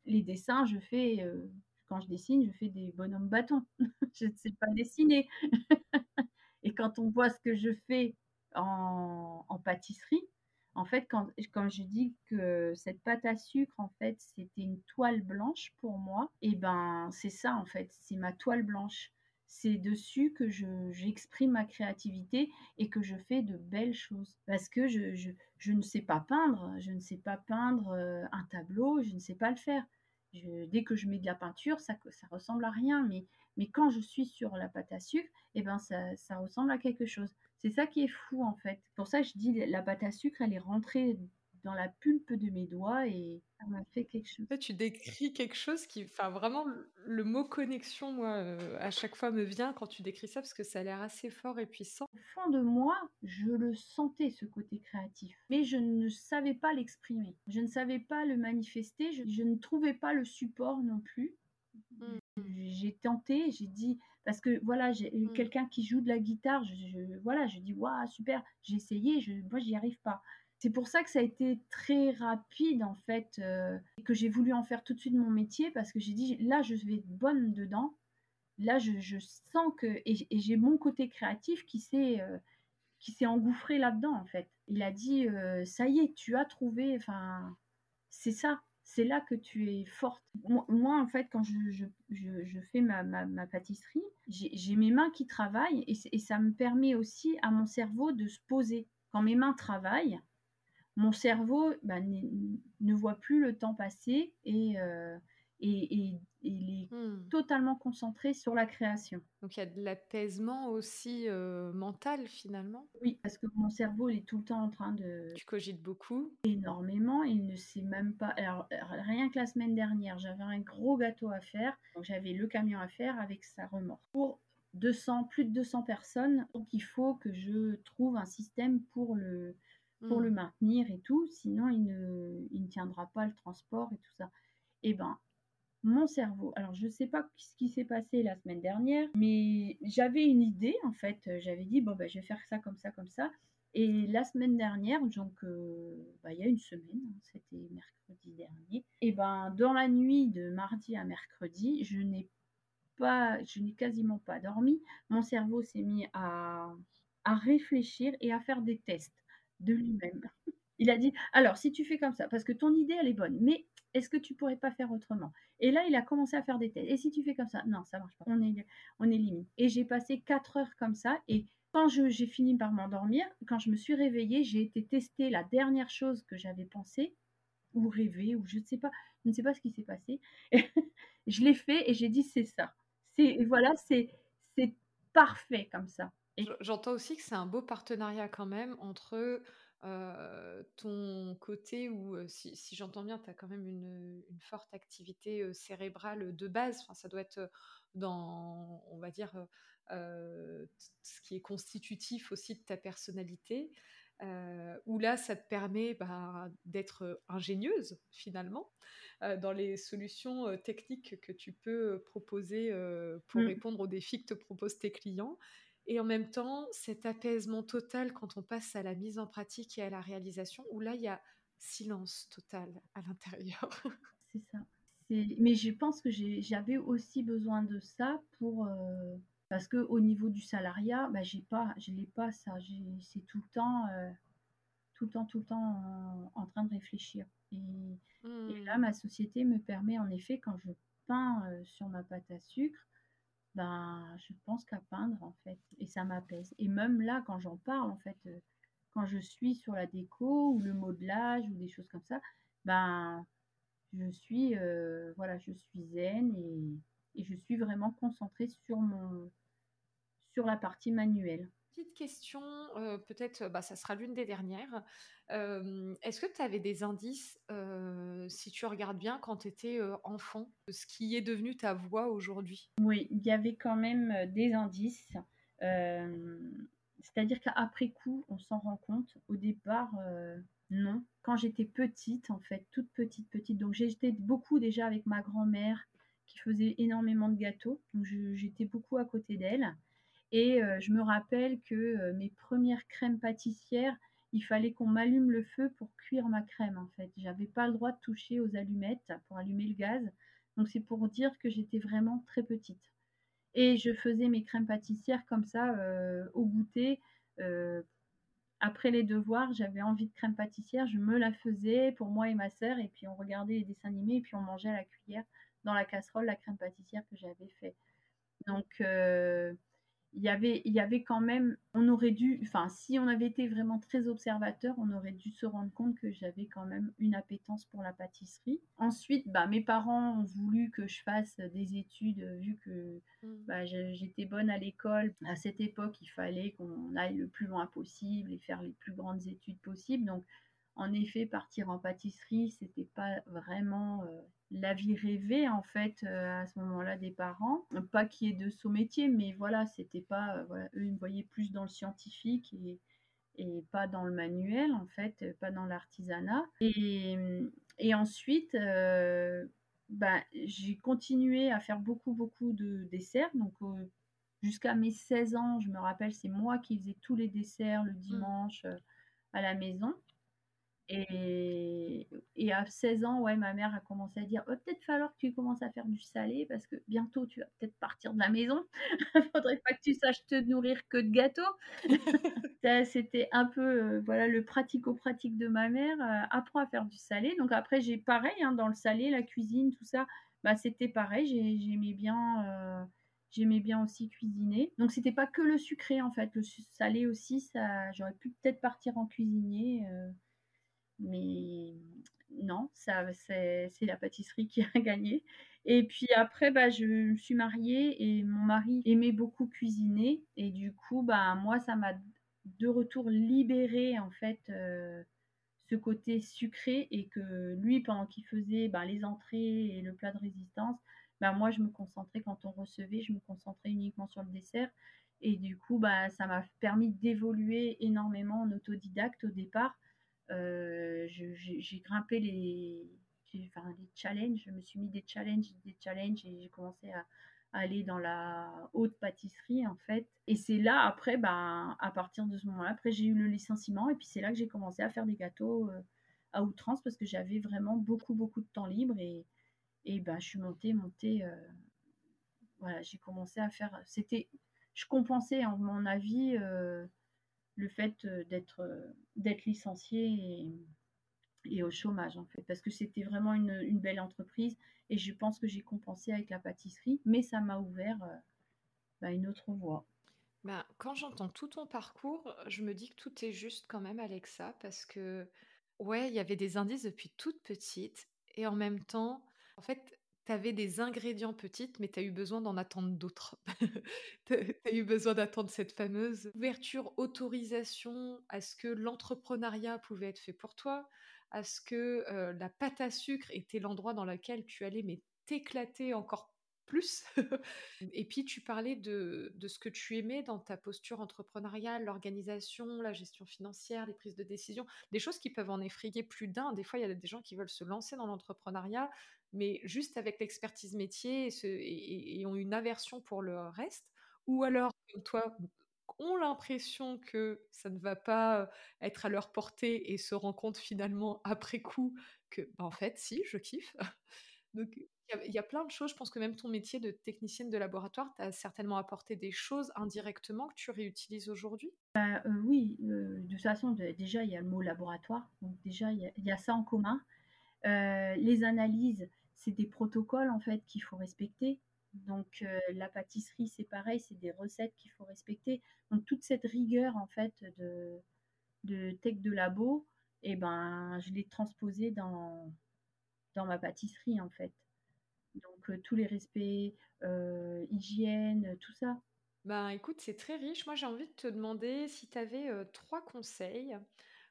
Les dessins, je fais, heu, quand je dessine, je fais des bonhommes bâtons. Je ne sais pas dessiner. Et quand on voit ce que je fais en en pâtisserie, en fait, quand quand je dis que cette pâte à sucre, en fait, c'était une toile blanche pour moi, et ben, c'est ça, en fait, c'est ma toile blanche. C'est dessus que je j'exprime ma créativité et que je fais de belles choses. Parce que je je je ne sais pas peindre, je ne sais pas peindre, heu, un tableau, je ne sais pas le faire. Je Dès que je mets de la peinture, ça ça ressemble à rien, mais mais quand je suis sur la pâte à sucre, et ben ça ça ressemble à quelque chose. C'est ça qui est fou, en fait. Pour ça, je dis la pâte à sucre, elle est rentrée dans la pulpe de mes doigts et ça m'a fait quelque chose. Ouais, tu décris quelque chose qui enfin vraiment le le mot connexion, moi, heu, à chaque fois me vient quand tu décris ça, parce que ça a l'air assez fort et puissant. Au fond de moi, je le sentais, ce côté créatif, mais je ne savais pas l'exprimer. Je ne savais pas le manifester, je je ne trouvais pas le support non plus. Mmh mh. J'ai tenté, j'ai dit parce que voilà, j'ai Mmh. quelqu'un qui joue de la guitare, je je voilà, je dis: «Waouh, super!» J'ai essayé, je moi, j'y arrive pas. C'est pour ça que ça a été très rapide, en fait, heu, et que j'ai voulu en faire tout de suite mon métier parce que j'ai dit: «Là, je vais être bonne dedans. Là, je je sens que» et j et j'ai mon côté créatif qui s'est, heu, qui s'est engouffré là-dedans, en fait. Il a dit, heu: «Ça y est, tu as trouvé, enfin, c'est ça, c'est là que tu es forte». Moi moi, en fait, quand je je je je fais ma ma ma pâtisserie, j'ai j'ai mes mains qui travaillent et c et ça me permet aussi à mon cerveau de se poser. Quand mes mains travaillent, mon cerveau, bah, n'est ne voit plus le temps passer et heu et et et il est Mmh. totalement concentré sur la création. Donc il y a de l'apaisement aussi, heu, mental finalement? Oui, parce que mon cerveau, il est tout le temps en train de Tu cogites beaucoup? énormément, il ne sait même pas alors, r rien que la semaine dernière, j'avais un gros gâteau à faire, donc j'avais le camion à faire avec sa remorque. Pour deux cents plus de deux cents personnes, donc il faut que je trouve un système pour le pour Mmh. le maintenir et tout, sinon il ne il ne tiendra pas le transport et tout ça. Et ben, mon cerveau alors je sais pas ce qui s'est passé la semaine dernière, mais j'avais une idée en fait, heu, j'avais dit: «Bon, bah, je vais faire ça comme ça, comme ça», et la semaine dernière, donc heu, bah, il y a une semaine, hein, c'était mercredi dernier, et ben, dans la nuit de mardi à mercredi, je n'ai pas je n'ai quasiment pas dormi. Mon cerveau s'est mis à à réfléchir et à faire des tests de lui-même. Il a dit: «Alors si tu fais comme ça, parce que ton idée elle est bonne, mais est-ce que tu pourrais pas faire autrement?» Et là, il a commencé à faire des tests: «Et si tu fais comme ça?» «Non, ça marche pas, on est on élimine», et j'ai passé quatre heures comme ça, et quand je j'ai fini par m'endormir, quand je me suis réveillée, j'ai été tester la dernière chose que j'avais pensée ou rêvé ou je ne sais pas, je ne sais pas ce qui s'est passé. Je l'ai fait et j'ai dit: «C'est ça. C'est voilà, c'est c'est parfait comme ça». Je Et j'entends aussi que c'est un beau partenariat quand même entre, heu, ton côté où, heu, si si j'entends bien, tu as quand même une, une forte activité, heu, cérébrale, de base. Enfin, ça doit être, heu, dans on va dire, heu heu, t ce qui est constitutif aussi de ta personnalité, heu, où là, ça te permet, bah, d'être, heu, ingénieuse finalement, heu, dans les solutions, heu, techniques que tu peux, heu, proposer, heu, pour mmh, répondre aux défis que te proposent tes clients. Et en même temps, cet apaisement total quand on passe à la mise en pratique et à la réalisation, où là, il y a silence total à l'intérieur. c'est ça. C'est mais je pense que j'ai j'avais aussi besoin de ça pour, heu, parce qu'au niveau du salariat, bah, j'ai pas je l'ai pas ça. J'ai c'est tout le temps, heu, tout le temps, tout le temps en en train de réfléchir, et et là, Mmh. ma société me permet en effet quand je peins, heu, sur ma pâte à sucre, ben, je pense qu'à peindre, en fait, et ça m'apaise, et même là, quand j'en parle, en fait, heu, quand je suis sur la déco ou le modelage ou des choses comme ça, ben, je suis, heu, voilà, je suis zen, et et je suis vraiment concentrée sur mon sur la partie manuelle. Petite question, heu, peut-être, bah, ça sera l'une des dernières. Hem, est-ce que tu avais des indices, heu, si tu regardes bien quand tu étais, enfant, de ce qui est devenu ta voix aujourd'hui? Oui, il y avait quand même, heu, des indices, hem, c'est-à-dire qu'après coup, on s'en rend compte. Au départ, heu, non. Quand j'étais petite, en fait, toute petite, petite, donc j'étais beaucoup déjà avec ma grand-mère qui faisait énormément de gâteaux, donc je j'étais beaucoup à côté d'elle, et heu, je me rappelle que, heu, mes premières crèmes pâtissières, il fallait qu'on m'allume le feu pour cuire ma crème, en fait. J'avais pas le droit de toucher aux allumettes pour allumer le gaz. Donc c'est pour dire que j'étais vraiment très petite et je faisais mes crèmes pâtissières comme ça, heu, au goûter, heu, après les devoirs, j'avais envie de crème pâtissière, je me la faisais pour moi et ma sœur et puis on regardait les dessins animés et puis on mangeait à la cuillère, dans la casserole, la crème pâtissière que j'avais fait. Donc heu, il y avait il y avait quand même on aurait dû enfin, si on avait été vraiment très observateur, on aurait dû se rendre compte que j'avais quand même une appétence pour la pâtisserie. Ensuite, bah, mes parents ont voulu que je fasse des études, heu, vu que, Mmh. bah, je j'étais bonne à l'école. À cette époque, il fallait qu'on aille le plus loin possible et faire les plus grandes études possibles. Donc en effet, partir en pâtisserie, c'était pas vraiment, heu, la vie rêvée en fait, heu, à ce moment-là des parents. Pas qu'il y ait de saut métier, mais voilà, c'était pas, heu, voilà, eux, ils me voyaient plus dans le scientifique et et pas dans le manuel en fait, heu, pas dans l'artisanat et mmh et ensuite, heu, bah, j'ai continué à faire beaucoup, beaucoup de desserts donc heu, jusqu'à mes seize ans, je me rappelle, c'est moi qui faisais tous les desserts le Mmh. dimanche, heu, à la maison. Et et à seize ans, ouais, ma mère a commencé à dire: «Va peut-être falloir que tu commences à faire du salé parce que bientôt tu vas peut-être partir de la maison. Faudrait pas que tu saches te nourrir que de gâteaux». Ça, c'était un peu, heu, voilà, le pratico-pratique de ma mère, heu: «Apprends à faire du salé». Donc après j'ai pareil, hein, dans le salé, la cuisine, tout ça, bah, c'était pareil, j'ai j'aimais bien, heu, j'aimais bien aussi cuisiner. Donc c'était pas que le sucré, en fait, le su salé aussi, ça j'aurais pu peut-être partir en cuisinier, heu mais non, ça c'est c'est la pâtisserie qui a gagné et puis après, bah, je me suis mariée et mon mari aimait beaucoup cuisiner et du coup, bah, moi, ça m'a de retour libéré en fait, heu, ce côté sucré et que lui, pendant qu'il faisait, bah, les entrées et le plat de résistance, bah, moi, je me concentrais quand on recevait, je me concentrais uniquement sur le dessert et du coup, bah, ça m'a permis d'évoluer énormément en autodidacte au départ. Heu, je j'ai j'ai grimpé les j'ai enfin les challenges, je me suis mis des challenges, des challenges et j'ai commencé à à aller dans la haute pâtisserie, en fait et c'est là après, ben, à partir de ce moment-là, après j'ai eu le licenciement et puis c'est là que j'ai commencé à faire des gâteaux, heu, à outrance parce que j'avais vraiment beaucoup, beaucoup de temps libre et et ben, je suis montée, montée, heu, voilà, j'ai commencé à faire c'était je compensais, à mon avis, heu, le fait, heu, d'être, heu, d'être licenciée et et au chômage, en fait, parce que c'était vraiment une, une belle entreprise et je pense que j'ai compensé avec la pâtisserie, mais ça m'a ouvert, heu, bah, une autre voie. Bah, quand j'entends tout ton parcours, je me dis que tout est juste quand même, Alexa, parce que, ouais, il y avait des indices depuis toute petite et en même temps, en fait, tu avais des ingrédients petites, mais tu as eu besoin d'en attendre d'autres. Tu as eu besoin d'attendre cette fameuse ouverture, autorisation à ce que l'entrepreneuriat pouvait être fait pour toi, à ce que, heu, la pâte à sucre était l'endroit dans lequel tu allais, mais t'éclater encore plus. Et puis tu parlais de de ce que tu aimais dans ta posture entrepreneuriale, l'organisation, la gestion financière, les prises de décision, des choses qui peuvent en effrayer plus d'un. Des fois, il y a des gens qui veulent se lancer dans l'entrepreneuriat, mais juste avec l'expertise métier et se et et et ont une aversion pour le reste ou alors, comme toi, ont l'impression que ça ne va pas, heu, être à leur portée et se rendent compte finalement après coup que, bah, en fait si, je kiffe. Donc il y a il y a plein de choses, je pense que même ton métier de technicienne de laboratoire t'a certainement apporté des choses indirectement que tu réutilises aujourd'hui? Bah, heu, oui, heu, de toute façon, dé déjà, il y a le mot laboratoire, donc déjà, il y a il y a ça en commun. Heu, les analyses, c'est des protocoles, en fait, qu'il faut respecter. Donc heu, la pâtisserie, c'est pareil, c'est des recettes qu'il faut respecter. Donc toute cette rigueur, en fait, de de tech de labo et ben, je l'ai transposée dans dans ma pâtisserie, en fait. Donc heu, tous les respects, heu, hygiène, tout ça. Ben, écoute, c'est très riche. Moi, j'ai envie de te demander si tu avais trois conseils, heu,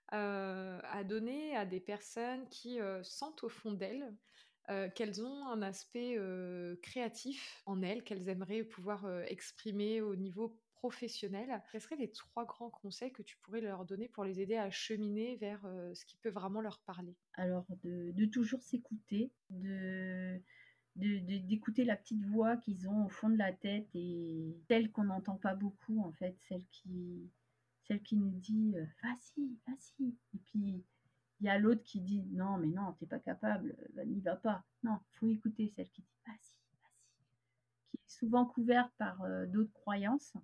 à donner à des personnes qui, heu, sentent au fond d'elles, heu, qu'elles ont un aspect, heu, créatif en elles, qu'elles aimeraient pouvoir, heu, exprimer au niveau professionnel. Quels seraient les trois grands conseils que tu pourrais leur donner pour les aider à cheminer vers, heu, ce qui peut vraiment leur parler? Alors de de toujours s'écouter, de de de d'écouter la petite voix qu'ils ont au fond de la tête et celle qu'on n'entend pas beaucoup en fait, celle qui celle qui nous dit euh, vas-y, vas-y. Et puis il y a l'autre qui dit non, mais non, t'es pas capable, euh, n'y va pas. Non, faut écouter celle qui dit vas-y, vas-y, qui est souvent couverte par euh, d'autres croyances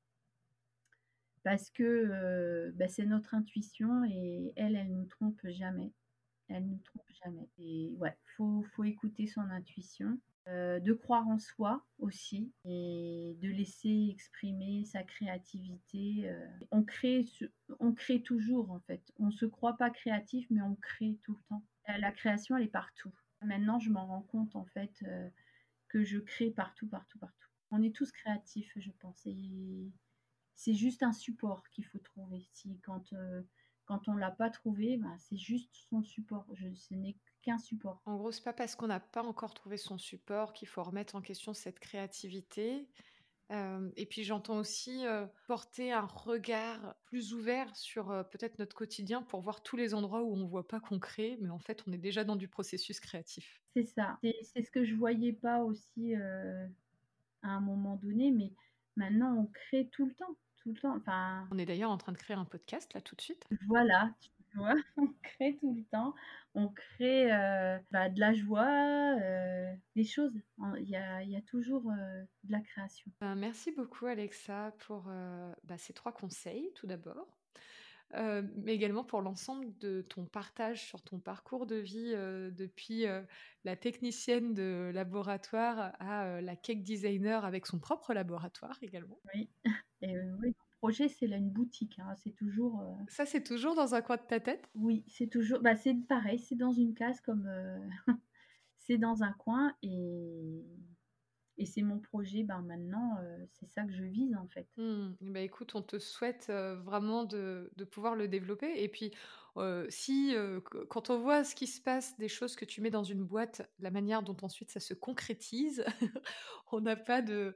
parce que euh, bah, c'est notre intuition et elle, elle nous trompe jamais. Elle nous trompe jamais. Et ouais, faut, faut écouter son intuition, euh, de croire en soi aussi et de laisser exprimer sa créativité. euh. On crée, ce- on crée toujours en fait. On se croit pas créatif, mais on crée tout le temps. Euh, La création, elle est partout. Maintenant, je m'en rends compte en fait euh, que je crée partout, partout, partout. On est tous créatifs, je pense. Et c'est juste un support qu'il faut trouver. Si quand, euh, quand on l'a pas trouvé, ben, c'est juste son support. Je, ce n'est qu'un support. En gros, c'est pas parce qu'on n'a pas encore trouvé son support qu'il faut remettre en question cette créativité. Euh, et puis j'entends aussi euh, porter un regard plus ouvert sur euh, peut-être notre quotidien pour voir tous les endroits où on voit pas qu'on crée, mais en fait on est déjà dans du processus créatif. C'est ça. C'est c'est ce que je voyais pas aussi euh, à un moment donné, mais maintenant on crée tout le temps, tout le temps. Enfin, On est d'ailleurs en train de créer un podcast là tout de suite. voilà, tu vois, on crée tout le temps. On crée euh, bah, de la joie, euh, des choses. Il y a, il y a toujours euh, de la création. Ben, merci beaucoup Alexa pour euh, bah, ces trois conseils tout d'abord. Euh, mais également pour l'ensemble de ton partage sur ton parcours de vie euh, depuis euh, la technicienne de laboratoire à euh, la cake designer avec son propre laboratoire également. Oui. Et euh, oui, mon projet, c'est là une boutique. Hein. C'est toujours. euh, Ça, c'est toujours dans un coin de ta tête? Oui, c'est toujours. Bah, c'est pareil, c'est dans une case comme. euh, c'est dans un coin et, et c'est mon projet. Ben maintenant, euh, c'est ça que je vise en fait. Hmm. Eh ben, écoute, on te souhaite euh, vraiment de, de pouvoir le développer. Et puis, euh, si euh, qu- quand on voit ce qui se passe, des choses que tu mets dans une boîte, la manière dont ensuite ça se concrétise, on n'a pas de,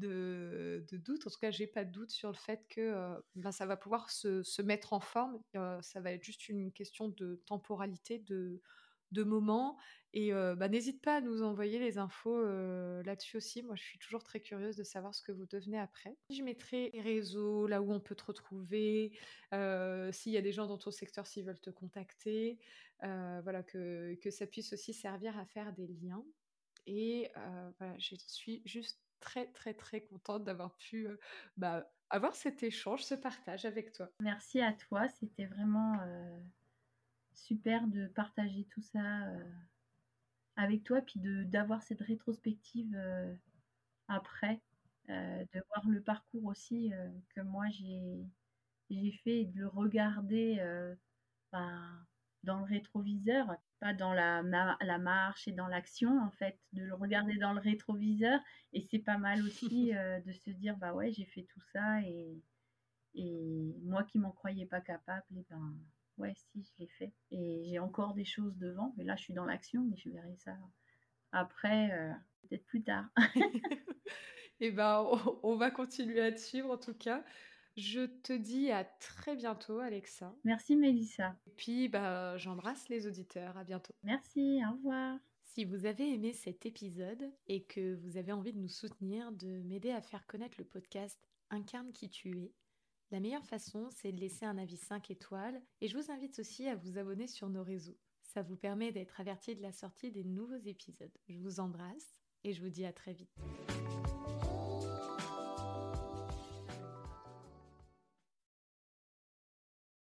de, de doute. En tout cas, j'ai pas de doute sur le fait que euh, ben, ça va pouvoir se, se mettre en forme. Euh, ça va être juste une question de temporalité, de, de moment. Et euh, bah, n'hésite pas à nous envoyer les infos euh, là-dessus aussi. Moi, je suis toujours très curieuse de savoir ce que vous devenez après. Je mettrai les réseaux, là où on peut te retrouver, euh, s'il y a des gens dans ton secteur, s'ils veulent te contacter, euh, voilà, que, que ça puisse aussi servir à faire des liens. Et euh, voilà, je suis juste très, très, très contente d'avoir pu euh, bah, avoir cet échange, ce partage avec toi. Merci à toi, c'était vraiment euh, super de partager tout ça euh, avec toi, puis de d'avoir cette rétrospective euh, après, euh, de voir le parcours aussi euh, que moi j'ai j'ai fait et de le regarder euh, ben, dans le rétroviseur, pas dans la, ma- la marche et dans l'action, en fait, de le regarder dans le rétroviseur. Et c'est pas mal aussi euh, de se dire, bah ouais, j'ai fait tout ça et, et moi qui m'en croyais pas capable, et ben ouais, si, je l'ai fait. Et j'ai encore des choses devant, mais là, je suis dans l'action, mais je verrai ça après, euh, peut-être plus tard. Et ben, on, on va continuer à te suivre en tout cas. Je te dis à très bientôt, Alexa. Merci, Mélissa. Et puis, bah, j'embrasse les auditeurs. À bientôt. Merci, au revoir. Si vous avez aimé cet épisode et que vous avez envie de nous soutenir, de m'aider à faire connaître le podcast Incarne qui tu es, la meilleure façon, c'est de laisser un avis cinq étoiles et je vous invite aussi à vous abonner sur nos réseaux. Ça vous permet d'être averti de la sortie des nouveaux épisodes. Je vous embrasse et je vous dis à très vite.